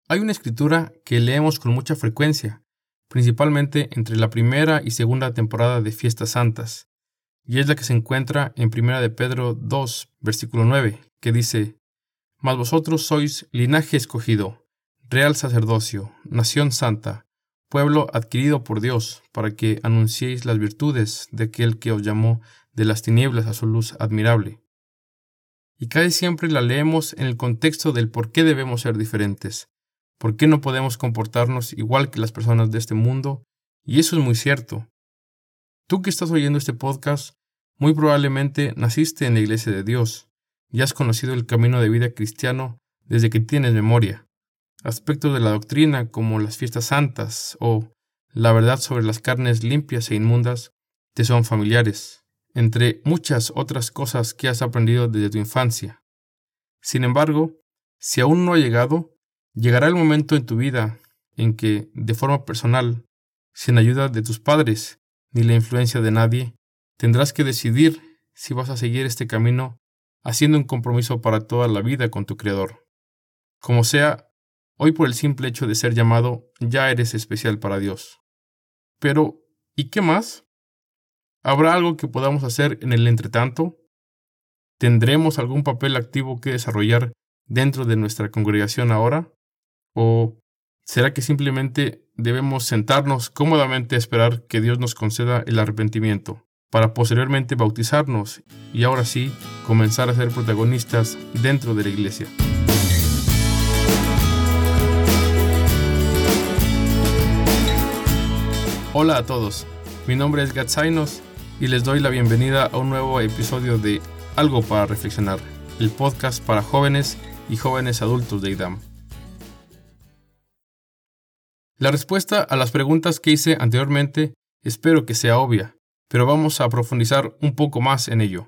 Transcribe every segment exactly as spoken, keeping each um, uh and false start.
Hay una escritura que leemos con mucha frecuencia, principalmente entre la primera y segunda temporada de Fiestas Santas, y es la que se encuentra en primera de Pedro dos, versículo nueve, que dice: Mas vosotros sois linaje escogido, real sacerdocio, nación santa, pueblo adquirido por Dios, para que anunciéis las virtudes de aquel que os llamó de las tinieblas a su luz admirable. Y casi siempre la leemos en el contexto del por qué debemos ser diferentes, por qué no podemos comportarnos igual que las personas de este mundo, y eso es muy cierto. Tú que estás oyendo este podcast, muy probablemente naciste en la iglesia de Dios y has conocido el camino de vida cristiano desde que tienes memoria. Aspectos de la doctrina como las fiestas santas o la verdad sobre las carnes limpias e inmundas te son familiares, entre muchas otras cosas que has aprendido desde tu infancia. Sin embargo, si aún no ha llegado, llegará el momento en tu vida en que, de forma personal, sin ayuda de tus padres ni la influencia de nadie, tendrás que decidir si vas a seguir este camino haciendo un compromiso para toda la vida con tu Creador. Como sea, hoy por el simple hecho de ser llamado, ya eres especial para Dios. Pero, ¿y qué más? ¿Habrá algo que podamos hacer en el entretanto? ¿Tendremos algún papel activo que desarrollar dentro de nuestra congregación ahora? ¿O será que simplemente debemos sentarnos cómodamente a esperar que Dios nos conceda el arrepentimiento, para posteriormente bautizarnos y ahora sí comenzar a ser protagonistas dentro de la iglesia? Hola a todos, mi nombre es Gatzainos y les doy la bienvenida a un nuevo episodio de Algo para Reflexionar, el podcast para jóvenes y jóvenes adultos de I D A M. La respuesta a las preguntas que hice anteriormente espero que sea obvia, pero vamos a profundizar un poco más en ello.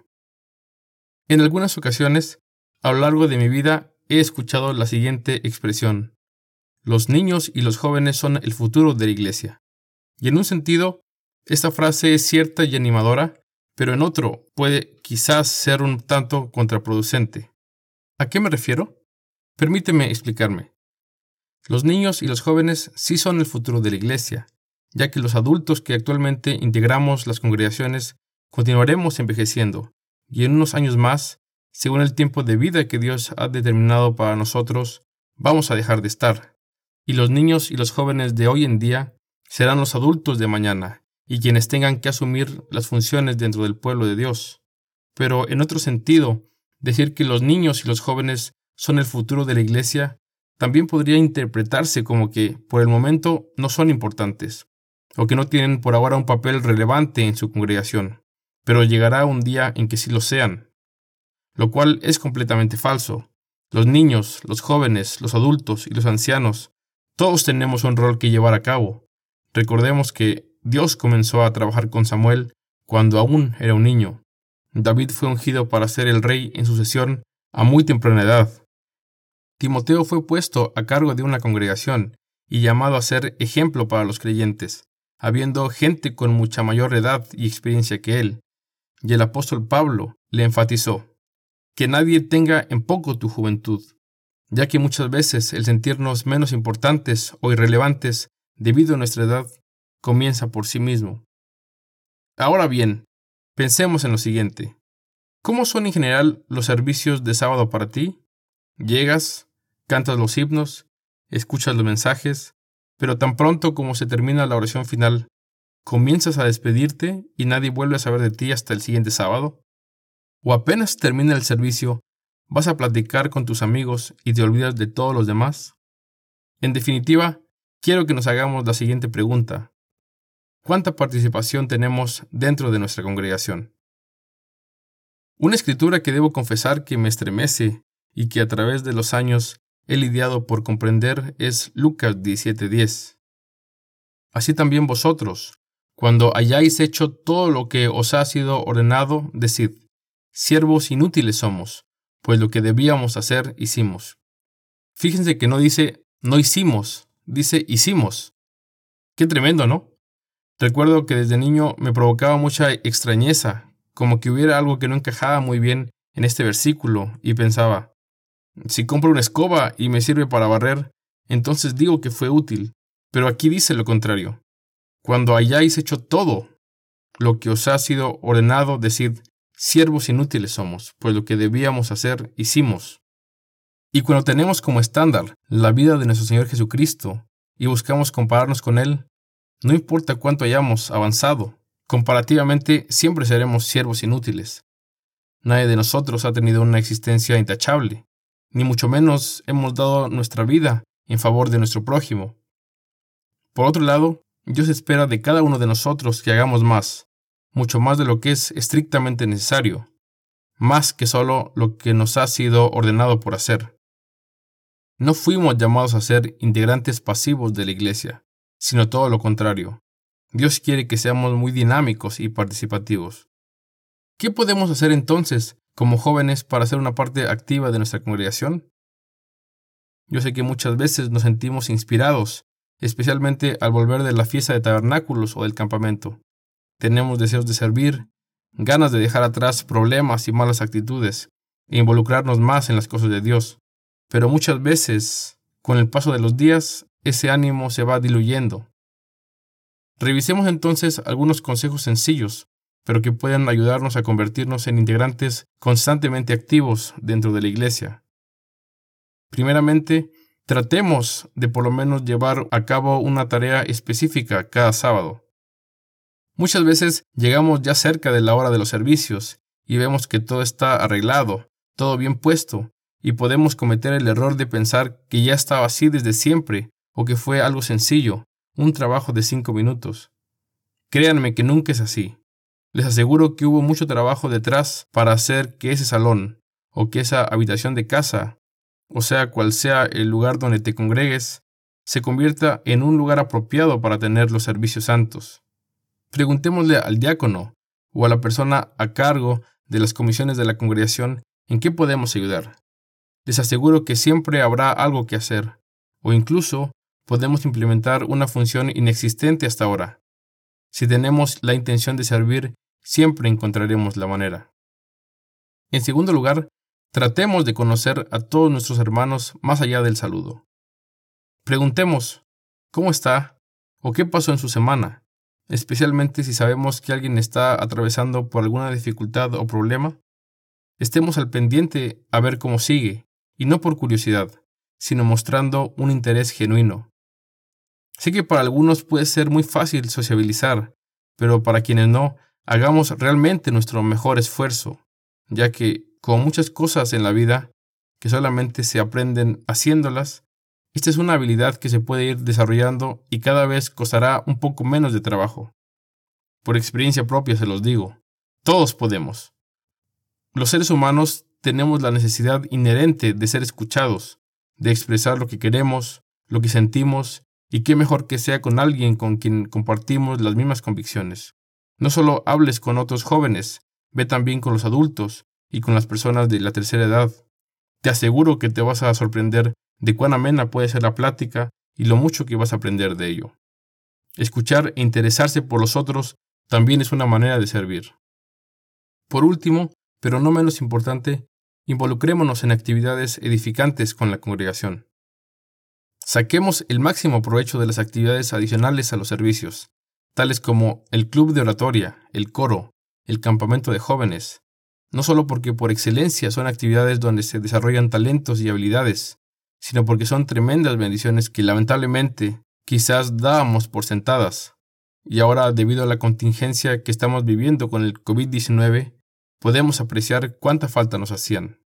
En algunas ocasiones, a lo largo de mi vida, he escuchado la siguiente expresión: los niños y los jóvenes son el futuro de la iglesia. Y en un sentido, esta frase es cierta y animadora, pero en otro puede quizás ser un tanto contraproducente. ¿A qué me refiero? Permíteme explicarme. Los niños y los jóvenes sí son el futuro de la iglesia, ya que los adultos que actualmente integramos las congregaciones continuaremos envejeciendo, y en unos años más, según el tiempo de vida que Dios ha determinado para nosotros, vamos a dejar de estar. Y los niños y los jóvenes de hoy en día serán los adultos de mañana, y quienes tengan que asumir las funciones dentro del pueblo de Dios. Pero en otro sentido, decir que los niños y los jóvenes son el futuro de la iglesia también podría interpretarse como que, por el momento, no son importantes, o que no tienen por ahora un papel relevante en su congregación, pero llegará un día en que sí lo sean, lo cual es completamente falso. Los niños, los jóvenes, los adultos y los ancianos, todos tenemos un rol que llevar a cabo. Recordemos que Dios comenzó a trabajar con Samuel cuando aún era un niño. David fue ungido para ser el rey en sucesión a muy temprana edad. Timoteo fue puesto a cargo de una congregación y llamado a ser ejemplo para los creyentes, habiendo gente con mucha mayor edad y experiencia que él. Y el apóstol Pablo le enfatizó: que nadie tenga en poco tu juventud, ya que muchas veces el sentirnos menos importantes o irrelevantes debido a nuestra edad comienza por sí mismo. Ahora bien, pensemos en lo siguiente. ¿Cómo son en general los servicios de sábado para ti? Llegas, cantas los himnos, escuchas los mensajes, pero tan pronto como se termina la oración final, ¿comienzas a despedirte y nadie vuelve a saber de ti hasta el siguiente sábado? ¿O apenas termina el servicio, vas a platicar con tus amigos y te olvidas de todos los demás? En definitiva, quiero que nos hagamos la siguiente pregunta: ¿cuánta participación tenemos dentro de nuestra congregación? Una escritura que debo confesar que me estremece y que a través de los años he lidiado por comprender es Lucas diecisiete diez. Así también vosotros, cuando hayáis hecho todo lo que os ha sido ordenado, decid: siervos inútiles somos, pues lo que debíamos hacer hicimos. Fíjense que no dice no hicimos, dice hicimos. Qué tremendo, ¿no? Recuerdo que desde niño me provocaba mucha extrañeza, como que hubiera algo que no encajaba muy bien en este versículo, y pensaba: si compro una escoba y me sirve para barrer, entonces digo que fue útil. Pero aquí dice lo contrario. Cuando hayáis hecho todo lo que os ha sido ordenado, decid, siervos inútiles somos, pues lo que debíamos hacer, hicimos. Y cuando tenemos como estándar la vida de nuestro Señor Jesucristo y buscamos compararnos con Él, no importa cuánto hayamos avanzado, comparativamente siempre seremos siervos inútiles. Nadie de nosotros ha tenido una existencia intachable, ni mucho menos hemos dado nuestra vida en favor de nuestro prójimo. Por otro lado, Dios espera de cada uno de nosotros que hagamos más, mucho más de lo que es estrictamente necesario, más que solo lo que nos ha sido ordenado por hacer. No fuimos llamados a ser integrantes pasivos de la iglesia, sino todo lo contrario. Dios quiere que seamos muy dinámicos y participativos. ¿Qué podemos hacer entonces como jóvenes para ser una parte activa de nuestra congregación? Yo sé que muchas veces nos sentimos inspirados, especialmente al volver de la fiesta de tabernáculos o del campamento. Tenemos deseos de servir, ganas de dejar atrás problemas y malas actitudes e involucrarnos más en las cosas de Dios. Pero muchas veces, con el paso de los días, ese ánimo se va diluyendo. Revisemos entonces algunos consejos sencillos, pero que pueden ayudarnos a convertirnos en integrantes constantemente activos dentro de la iglesia. Primeramente, tratemos de por lo menos llevar a cabo una tarea específica cada sábado. Muchas veces llegamos ya cerca de la hora de los servicios y vemos que todo está arreglado, todo bien puesto, y podemos cometer el error de pensar que ya estaba así desde siempre o que fue algo sencillo, un trabajo de cinco minutos. Créanme que nunca es así. Les aseguro que hubo mucho trabajo detrás para hacer que ese salón o que esa habitación de casa, o sea, cual sea el lugar donde te congregues, se convierta en un lugar apropiado para tener los servicios santos. Preguntémosle al diácono o a la persona a cargo de las comisiones de la congregación en qué podemos ayudar. Les aseguro que siempre habrá algo que hacer, o incluso podemos implementar una función inexistente hasta ahora. Si tenemos la intención de servir, siempre encontraremos la manera. En segundo lugar, tratemos de conocer a todos nuestros hermanos más allá del saludo. Preguntemos, ¿cómo está? ¿O qué pasó en su semana? Especialmente si sabemos que alguien está atravesando por alguna dificultad o problema. Estemos al pendiente a ver cómo sigue, y no por curiosidad, sino mostrando un interés genuino. Sé que para algunos puede ser muy fácil sociabilizar, pero para quienes no, hagamos realmente nuestro mejor esfuerzo, ya que, como muchas cosas en la vida, que solamente se aprenden haciéndolas, esta es una habilidad que se puede ir desarrollando y cada vez costará un poco menos de trabajo. Por experiencia propia se los digo, todos podemos. Los seres humanos tenemos la necesidad inherente de ser escuchados, de expresar lo que queremos, lo que sentimos, y qué mejor que sea con alguien con quien compartimos las mismas convicciones. No solo hables con otros jóvenes, ve también con los adultos y con las personas de la tercera edad. Te aseguro que te vas a sorprender de cuán amena puede ser la plática y lo mucho que vas a aprender de ello. Escuchar e interesarse por los otros también es una manera de servir. Por último, pero no menos importante, involucrémonos en actividades edificantes con la congregación. Saquemos el máximo provecho de las actividades adicionales a los servicios, tales como el club de oratoria, el coro, el campamento de jóvenes, no solo porque por excelencia son actividades donde se desarrollan talentos y habilidades, sino porque son tremendas bendiciones que lamentablemente quizás dábamos por sentadas, y ahora debido a la contingencia que estamos viviendo con el covid diecinueve, podemos apreciar cuánta falta nos hacían.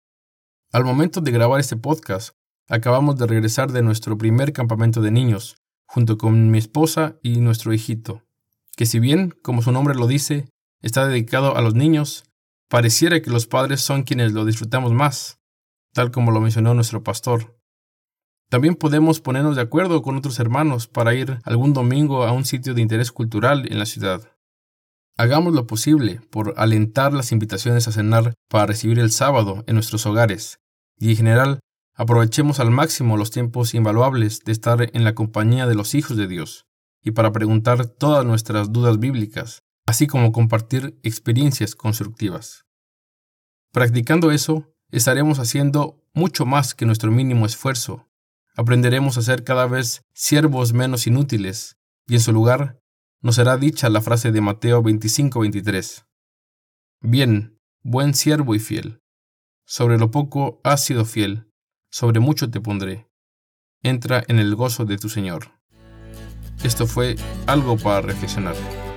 Al momento de grabar este podcast, acabamos de regresar de nuestro primer campamento de niños, junto con mi esposa y nuestro hijito, que si bien, como su nombre lo dice, está dedicado a los niños, pareciera que los padres son quienes lo disfrutamos más, tal como lo mencionó nuestro pastor. También podemos ponernos de acuerdo con otros hermanos para ir algún domingo a un sitio de interés cultural en la ciudad. Hagamos lo posible por alentar las invitaciones a cenar para recibir el sábado en nuestros hogares y, en general, aprovechemos al máximo los tiempos invaluables de estar en la compañía de los hijos de Dios y para preguntar todas nuestras dudas bíblicas, así como compartir experiencias constructivas. Practicando eso, estaremos haciendo mucho más que nuestro mínimo esfuerzo, aprenderemos a ser cada vez siervos menos inútiles, y en su lugar nos será dicha la frase de Mateo veinticinco veintitrés. Bien, buen siervo y fiel. Sobre lo poco has sido fiel, sobre mucho te pondré. Entra en el gozo de tu Señor. Esto fue algo para reflexionar.